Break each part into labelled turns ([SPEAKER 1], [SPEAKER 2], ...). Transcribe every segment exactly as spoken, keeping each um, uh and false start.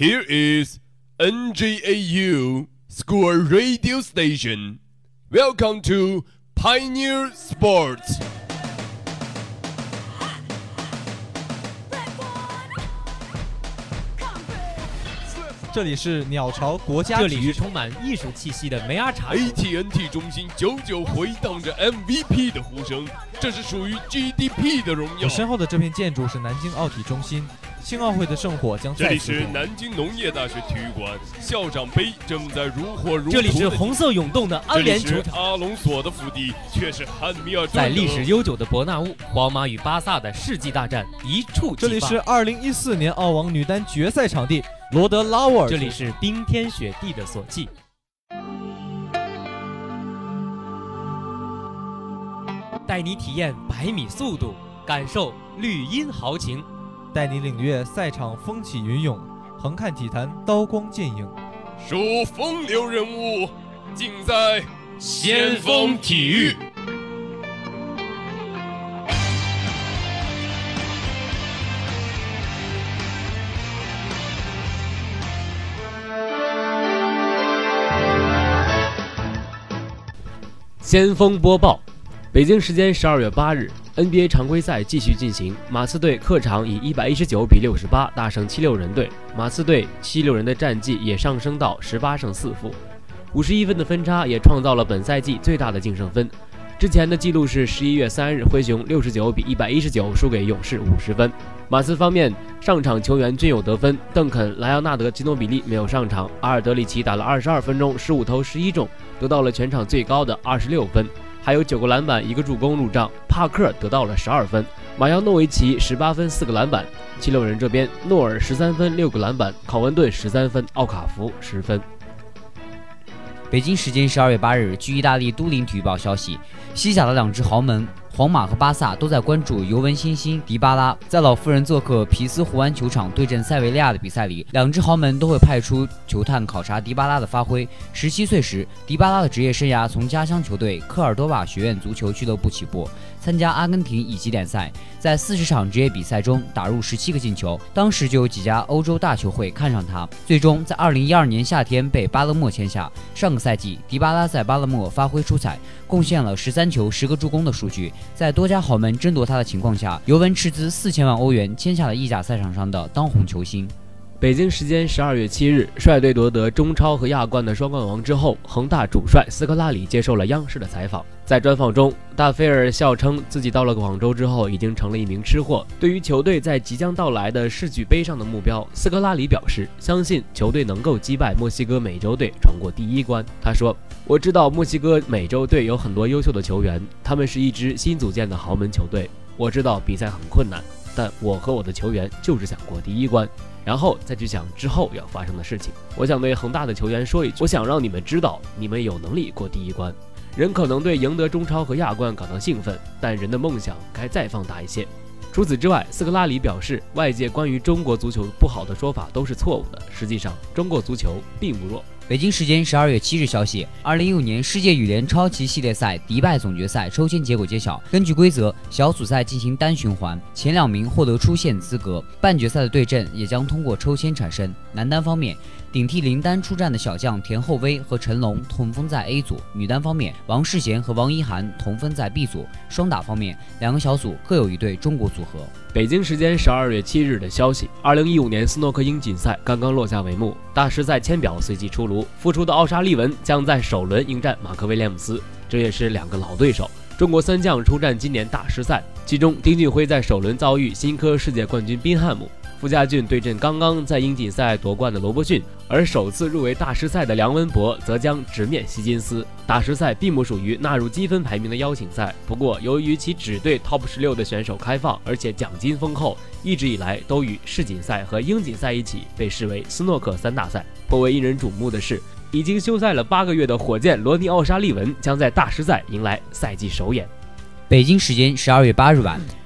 [SPEAKER 1] Here is N J A U School Radio Station. Welcome to Pioneer Sports.
[SPEAKER 2] 这里是鸟巢国家
[SPEAKER 3] 这
[SPEAKER 2] 体育，
[SPEAKER 3] 里是充满艺术气息的梅阿茶
[SPEAKER 1] A T and T 中心久久回荡着 M V P 的呼声，这是属于 G D P 的荣耀。
[SPEAKER 2] 我身后的这片建筑是南京奥体中心，青奥会的圣火将
[SPEAKER 1] 这里是
[SPEAKER 2] 再次点
[SPEAKER 1] 南京农业大学体育馆，校长杯正在如火如荼。
[SPEAKER 3] 这里是红色涌动的安联球
[SPEAKER 1] 这里是
[SPEAKER 3] 场，
[SPEAKER 1] 阿隆索的腹地，却是汉密尔顿的。
[SPEAKER 3] 在历史悠久的伯纳乌，皇马与巴萨的世纪大战一触即发。
[SPEAKER 2] 这里是二零一四年澳网女单决赛场地罗德拉沃尔，
[SPEAKER 3] 这里是冰天雪地的索契。带你体验百米速度，感受绿茵豪情，
[SPEAKER 2] 带你领略赛场风起云涌，横看体坛刀光剑影，
[SPEAKER 1] 数风流人物，尽在先锋体育。
[SPEAKER 3] 先锋播报：北京时间十二月八日 ，N B A 常规赛继续进行，马刺队客场以一百一十九比六十八大胜七六人队，马刺队七六人的战绩也上升到十八胜四负，五十一分的分差也创造了本赛季最大的净胜分。之前的记录是十一月三日灰熊六十九比一百一十九输给勇士五十分。马刺方面，上场球员均有得分，邓肯、莱昂纳德、基诺比利没有上场，阿尔德里奇打了二十二分钟，十五投十一中，得到了全场最高的二十六分，还有九个篮板一个助攻入账。帕克得到了十二分，马扬诺维奇十八分四个篮板。七六人这边，诺尔十三分六个篮板，考文顿十三分，奥卡福十分。
[SPEAKER 4] 北京时间十二月八日，据意大利都灵体育报消息，西甲的两支豪门皇马和巴萨都在关注尤文新星迪巴拉。在老妇人做客皮斯湖湾球场对阵塞维利亚的比赛里，两支豪门都会派出球探考察迪巴拉的发挥。十七岁时，迪巴拉的职业生涯从家乡球队科尔多瓦学院足球俱乐部起步，参加阿根廷乙级联赛，在四十场职业比赛中打入十七个进球。当时就有几家欧洲大球会看上他，最终在二零一二年夏天被巴勒莫签下。上个赛季，迪巴拉在巴勒莫发挥出彩，贡献了十三球十个助攻的数据。在多家豪门争夺他的情况下，尤文斥资四千万欧元签下了意甲赛场上的当红球星。
[SPEAKER 3] 北京时间十二月七日，率队夺得中超和亚冠的双冠王之后，恒大主帅斯科拉里接受了央视的采访。在专访中，大菲尔笑称自己到了广州之后已经成了一名吃货。对于球队在即将到来的世俱杯上的目标，斯科拉里表示相信球队能够击败墨西哥美洲队闯过第一关。他说：“我知道墨西哥美洲队有很多优秀的球员，他们是一支新组建的豪门球队。我知道比赛很困难，但我和我的球员就是想过第一关。”然后再去想之后要发生的事情。我想对恒大的球员说一句，我想让你们知道，你们有能力过第一关。人可能对赢得中超和亚冠感到兴奋，但人的梦想该再放大一些。除此之外，斯科拉里表示，外界关于中国足球不好的说法都是错误的，实际上中国足球并不弱。
[SPEAKER 4] 北京时间十二月七日消息，二零一五年世界羽联超级系列赛迪拜总决赛抽签结果揭晓。根据规则，小组赛进行单循环，前两名获得出线资格，半决赛的对阵也将通过抽签产生。男单方面，顶替林丹出战的小将田厚威和陈龙同分在 A 组；女单方面，王适娴和王一涵同分在 B 组。双打方面，两个小组各有一对中国组合。
[SPEAKER 3] 北京时间十二月七日的消息，二零一五年斯诺克英锦赛刚刚落下帷幕，大师赛签表随即出炉，复出的奥沙利文将在首轮迎战马克威廉姆斯，这也是两个老对手。中国三将出战今年大师赛，其中丁俊晖在首轮遭遇新科世界冠军宾汉姆，傅家俊对阵刚刚在英锦赛夺冠的罗伯逊，而首次入围大师赛的梁文博则将直面希金斯。大师赛并不属于纳入积分排名的邀请赛，不过由于其只对 Top 十六的选手开放，而且奖金丰厚，一直以来都与世锦赛和英锦赛一起被视为斯诺克三大赛。颇为引人瞩目的是，已经休赛了八个月的火箭罗尼奥沙利文将在大师赛迎来赛季首演。
[SPEAKER 4] 北京时间十二月八日晚，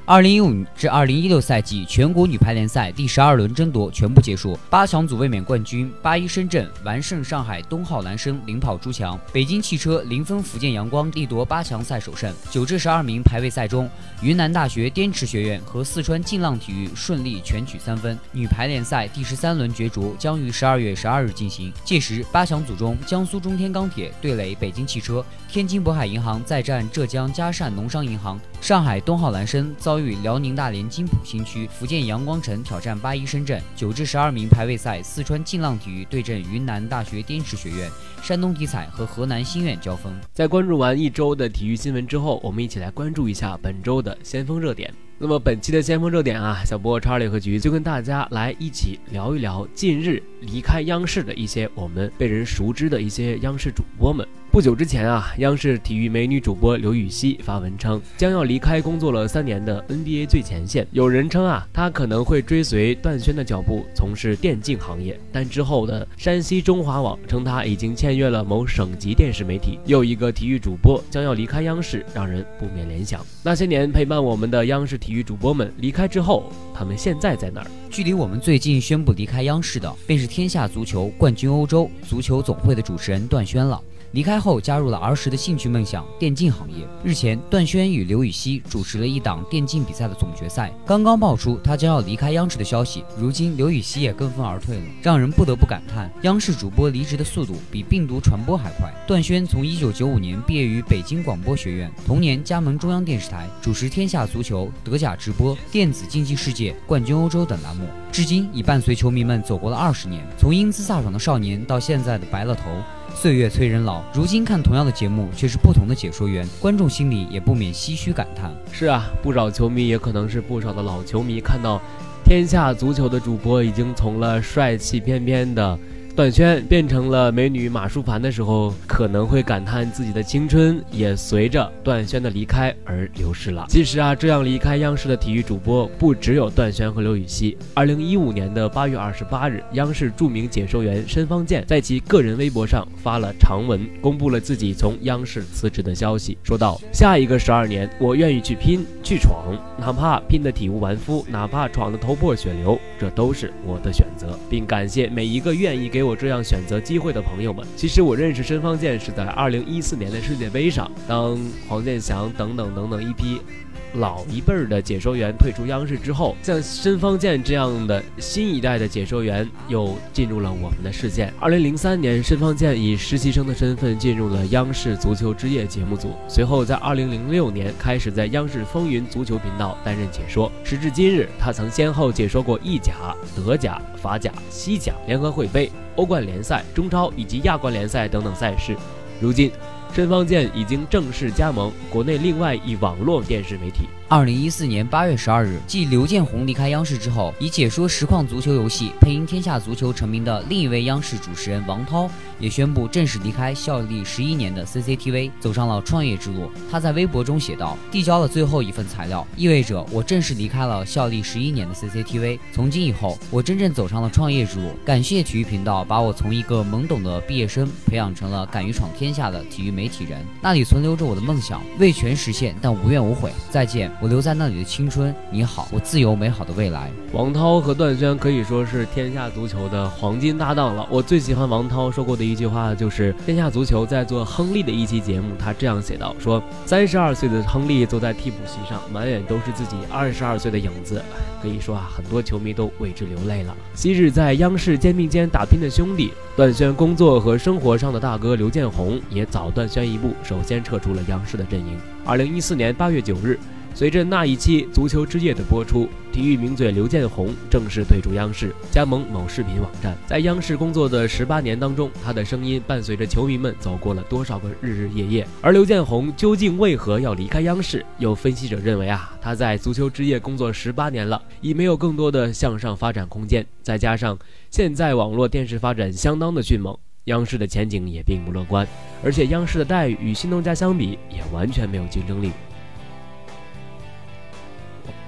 [SPEAKER 4] 二零一五至二零一六赛季全国女排联赛第十二轮争夺全部结束，八强组卫冕冠军八一深圳完胜上海东浩男生，领跑诸强。北京汽车零封福建阳光，力夺八强赛首胜。九至十二名排位赛中，云南大学滇池学院和四川劲浪体育顺利全取三分。女排联赛第十三轮角逐将于十二月十二日进行，届时八强组中，江苏中天钢铁对垒北京汽车，天津渤海银行再战浙江嘉善农商银行，上海东浩男生遭遇辽宁大连金浦新区，福建阳光城挑战八一深圳。九至十二名排位赛，四川劲浪体育对阵云南大学滇池学院，山东体彩和河南新苑交锋。
[SPEAKER 3] 在关注完一周的体育新闻之后，我们一起来关注一下本周的先锋热点。那么本期的先锋热点啊，小波、查理和菊就跟大家来一起聊一聊近日离开央视的一些我们被人熟知的一些央视主播们。不久之前啊，央视体育美女主播刘禹锡发文称，将要离开工作了三年的 N B A 最前线。有人称啊，她可能会追随段轩的脚步，从事电竞行业。但之后的山西中华网称，她已经签约了某省级电视媒体。又一个体育主播将要离开央视，让人不免联想，那些年陪伴我们的央视体育主播们离开之后，他们现在在哪儿？
[SPEAKER 4] 距离我们最近宣布离开央视的，便是天下足球冠军欧洲足球总会的主持人段轩了。离开后加入了儿时的兴趣梦想电竞行业。日前，段轩与刘禹锡主持了一档电竞比赛的总决赛，刚刚爆出他将要离开央视的消息，如今刘禹锡也跟风而退了，让人不得不感叹央视主播离职的速度比病毒传播还快。段轩从一九九五年毕业于北京广播学院，同年加盟中央电视台，主持天下足球、德甲直播、电子竞技世界、冠军欧洲等栏目，至今已伴随球迷们走过了二十年，从英姿飒爽的少年到现在的白了头。岁月催人老，如今看同样的节目，却是不同的解说员，观众心里也不免唏嘘感叹。
[SPEAKER 3] 是啊，不少球迷，也可能是不少的老球迷，看到天下足球的主播已经从了帅气翩翩的段轩变成了美女马淑凡的时候，可能会感叹自己的青春也随着段轩的离开而流逝了。其实啊，这样离开央视的体育主播不只有段轩和刘禹锡。二零一五年的八月二十八日，央视著名解说员申方健在其个人微博上发了长文，公布了自己从央视辞职的消息，说道：下一个十二年，我愿意去拼去闯，哪怕拼得体无完肤，哪怕闯得头破血流，这都是我的选择，并感谢每一个愿意给我我这样选择机会的朋友们。其实我认识申方健是在二零一四年的世界杯上，当黄健翔等等等等一批老一辈儿的解说员退出央视之后，像申方健这样的新一代的解说员又进入了我们的视线。二零零三年，申方健以实习生的身份进入了央视足球之夜节目组，随后在二零零六年开始在央视风云足球频道担任解说。时至今日，他曾先后解说过意甲、德甲、法甲、西甲、联合会杯、欧冠联赛、中超以及亚冠联赛等等赛事。如今，申方健已经正式加盟国内另外一网络电视媒体。
[SPEAKER 4] 二零一四年八月十二日，继刘建宏离开央视之后，以解说实况足球游戏、配音天下足球成名的另一位央视主持人王涛，也宣布正式离开效力十一年的 C C T V， 走上了创业之路。他在微博中写道：递交了最后一份材料，意味着我正式离开了效力十一年的 C C T V。从今以后，我真正走上了创业之路。感谢体育频道把我从一个懵懂的毕业生培养成了敢于闯天下的体育媒体人，那里存留着我的梦想，未全实现，但无怨无悔。再见，我留在那里的青春，你好，我自由美好的未来。
[SPEAKER 3] 王涛和段轩可以说是天下足球的黄金搭档了。我最喜欢王涛说过的一句话，就是天下足球在做亨利的一期节目，他这样写道：说三十二岁的亨利坐在替补席上，满眼都是自己二十二岁的影子。可以说啊，很多球迷都为之流泪了。昔日在央视肩并肩打拼的兄弟，段轩工作和生活上的大哥刘建宏也早段轩一步，首先撤出了央视的阵营。二零一四年八月九日，随着那一期足球之夜的播出，体育名嘴刘建宏正式退出央视，加盟某视频网站。在央视工作的十八年当中，他的声音伴随着球迷们走过了多少个日日夜夜。而刘建宏究竟为何要离开央视？有分析者认为啊，他在足球之夜工作十八年了，已没有更多的向上发展空间，再加上现在网络电视发展相当的迅猛，央视的前景也并不乐观，而且央视的待遇与新东家相比也完全没有竞争力。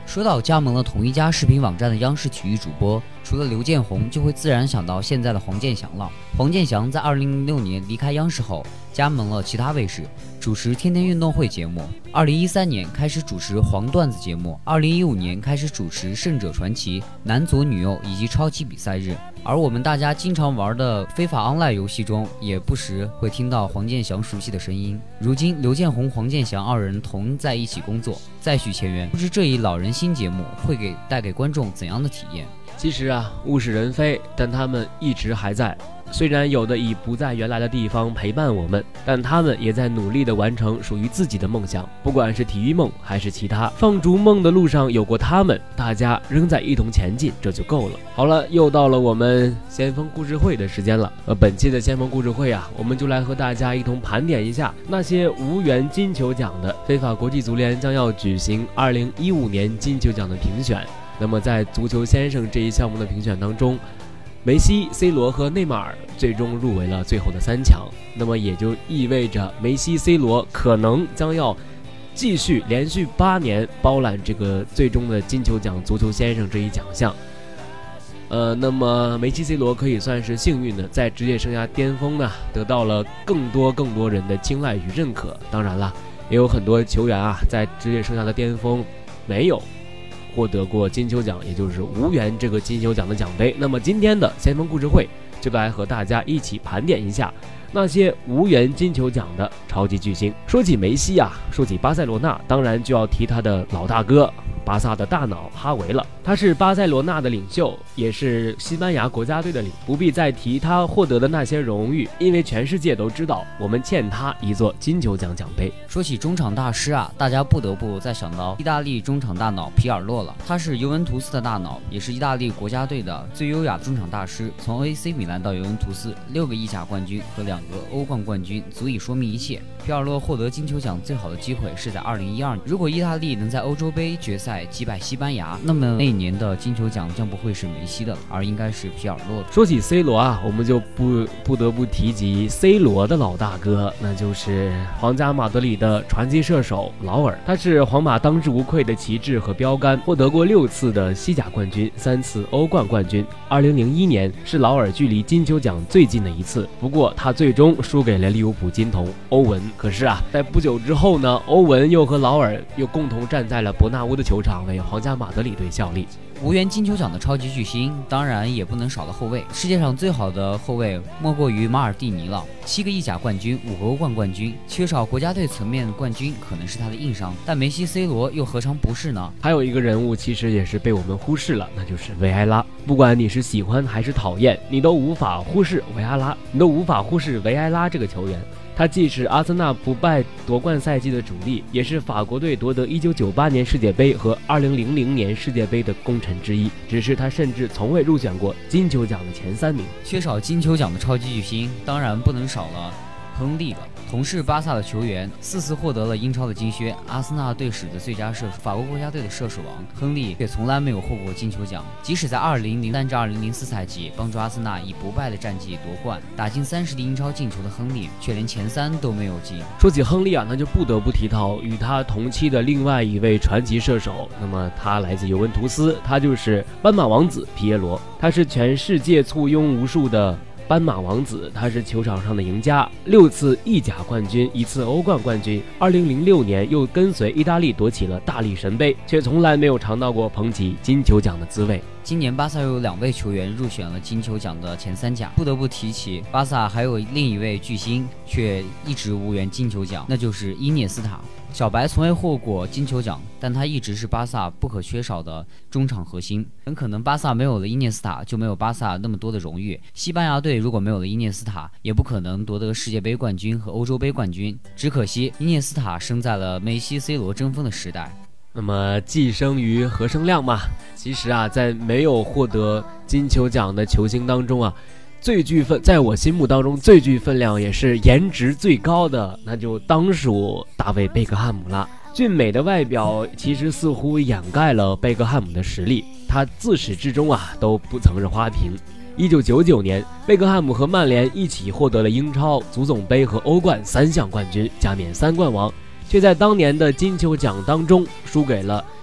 [SPEAKER 4] 说到加盟了同一家视频网站的央视体育主播，除了刘建宏，就会自然想到现在的黄健翔了。黄健翔在二零零六年离开央视后，加盟了其他卫视，主持《天天运动会》节目。二零一三年开始主持黄段子节目，二零一五年开始主持《胜者传奇》、男左女右以及超级比赛日。而我们大家经常玩的非法 online 游戏中，也不时会听到黄健翔熟悉的声音。如今，刘建宏、黄健翔二人同在一起工作，再续前缘，不知这一老人新节目会给带给观众怎样的体验？
[SPEAKER 3] 其实啊，物是人非，但他们一直还在。虽然有的已不在原来的地方陪伴我们，但他们也在努力地完成属于自己的梦想，不管是体育梦还是其他。放逐梦的路上有过他们，大家仍在一同前进，这就够了。好了，又到了我们先锋故事会的时间了。呃，本期的先锋故事会啊，我们就来和大家一同盘点一下那些无缘金球奖的。非法国际足联将要举行二零一五年金球奖的评选。那么在足球先生这一项目的评选当中，梅西、C 罗和内马尔最终入围了最后的三强，那么也就意味着梅西、C 罗可能将要继续连续八年包揽这个最终的金球奖足球先生这一奖项。呃，那么梅西、C 罗可以算是幸运的，在职业生涯巅峰呢，得到了更多更多人的青睐与认可。当然了，也有很多球员啊，在职业生涯的巅峰没有获得过金球奖，也就是无缘这个金球奖的奖杯。那么今天的先锋故事会就来和大家一起盘点一下那些无缘金球奖的超级巨星。说起梅西啊，说起巴塞罗那，当然就要提他的老大哥，巴萨的大脑哈维了。他是巴塞罗那的领袖，也是西班牙国家队的领，不必再提他获得的那些荣誉，因为全世界都知道我们欠他一座金球奖奖杯。
[SPEAKER 4] 说起中场大师啊，大家不得不再想到意大利中场大脑皮尔洛了。他是尤文图斯的大脑，也是意大利国家队的最优雅的中场大师。从 A C 米兰到尤文图斯，六个意甲冠军和两个欧冠冠军足以说明一切。皮尔洛获得金球奖最好的机会是在二零一二年，如果意大利能在欧洲杯决赛击败西班牙，那么那一年的金球奖将不会是梅西的，而应该是皮尔洛的。
[SPEAKER 3] 说起 C 罗啊，我们就不不得不提及 C 罗的老大哥，那就是皇家马德里的传奇射手劳尔。他是皇马当之无愧的旗帜和标杆，获得过六次的西甲冠军，三次欧冠冠军。二零零一年是劳尔距离金球奖最近的一次，不过他最终输给了利物浦金童欧文。可是啊，在不久之后呢，欧文又和劳尔又共同站在了伯纳乌的球场为皇家马德里队效力。
[SPEAKER 4] 无缘金球奖的超级巨星，当然也不能少了后卫。世界上最好的后卫莫过于马尔蒂尼了，七个意甲冠军，五个欧冠冠军，缺少国家队层面冠军可能是他的硬伤，但梅西、C 罗又何尝不是呢？
[SPEAKER 3] 还有一个人物其实也是被我们忽视了，那就是维埃拉。不管你是喜欢还是讨厌，你都无法忽视维埃拉，你都无法忽视维埃拉这个球员。他既是阿森纳不败夺冠赛季的主力，也是法国队夺得一九九八年世界杯和二零零零年世界杯的功臣之一。只是他甚至从未入选过金球奖的前三名。
[SPEAKER 4] 缺少金球奖的超级巨星，当然不能少了亨利了。同是巴萨的球员，四次获得了英超的金靴，阿森纳队史的最佳射手，法国国家队的射手王。亨利却从来没有获过金球奖，即使在二零零三至二零零四赛季帮助阿森纳以不败的战绩夺冠，打进三十粒英超进球的亨利，却连前三都没有进。
[SPEAKER 3] 说起亨利啊，那就不得不提到与他同期的另外一位传奇射手，那么他来自尤文图斯，他就是斑马王子皮耶罗。他是全世界簇拥无数的斑马王子，他是球场上的赢家，六次意甲冠军，一次欧冠冠军。二零零六年又跟随意大利夺起了大力神杯，却从来没有尝到过捧起金球奖的滋味。
[SPEAKER 4] 今年巴萨又有两位球员入选了金球奖的前三甲，不得不提起巴萨还有另一位巨星却一直无缘金球奖，那就是伊涅斯塔。小白从未获过金球奖，但他一直是巴萨不可缺少的中场核心。很可能巴萨没有了伊涅斯塔，就没有巴萨那么多的荣誉。西班牙队如果没有了伊涅斯塔，也不可能夺得世界杯冠军和欧洲杯冠军。只可惜伊涅斯塔生在了梅西、C 罗争锋的时代。
[SPEAKER 3] 那么既生瑜何生亮嘛？其实啊，在没有获得金球奖的球星当中啊，最具分，在我心目当中最具分量也是颜值最高的，那就当属大卫贝克汉姆了。俊美的外表其实似乎掩盖了贝克汉姆的实力，他自始至终啊都不曾是花瓶。一九九九年，贝克汉姆和曼联一起获得了英超、足总杯和欧冠三项冠军，加冕三冠王，却在当年的金球奖当中输给了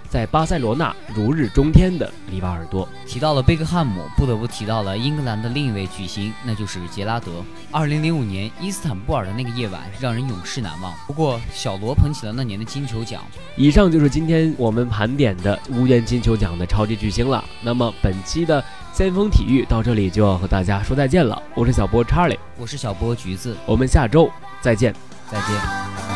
[SPEAKER 3] 在巴塞罗那如日中天的里瓦尔多。
[SPEAKER 4] 提到了贝克汉姆，不得不提到了英格兰的另一位巨星，那就是杰拉德。二零零五年伊斯坦布尔的那个夜晚让人永世难忘。不过小罗捧起了那年的金球奖。
[SPEAKER 3] 以上就是今天我们盘点的无缘金球奖的超级巨星了。那么本期的先锋体育到这里就要和大家说再见了。我是小波查理，
[SPEAKER 4] 我是小波橘子，
[SPEAKER 3] 我们下周再见。
[SPEAKER 4] 再见。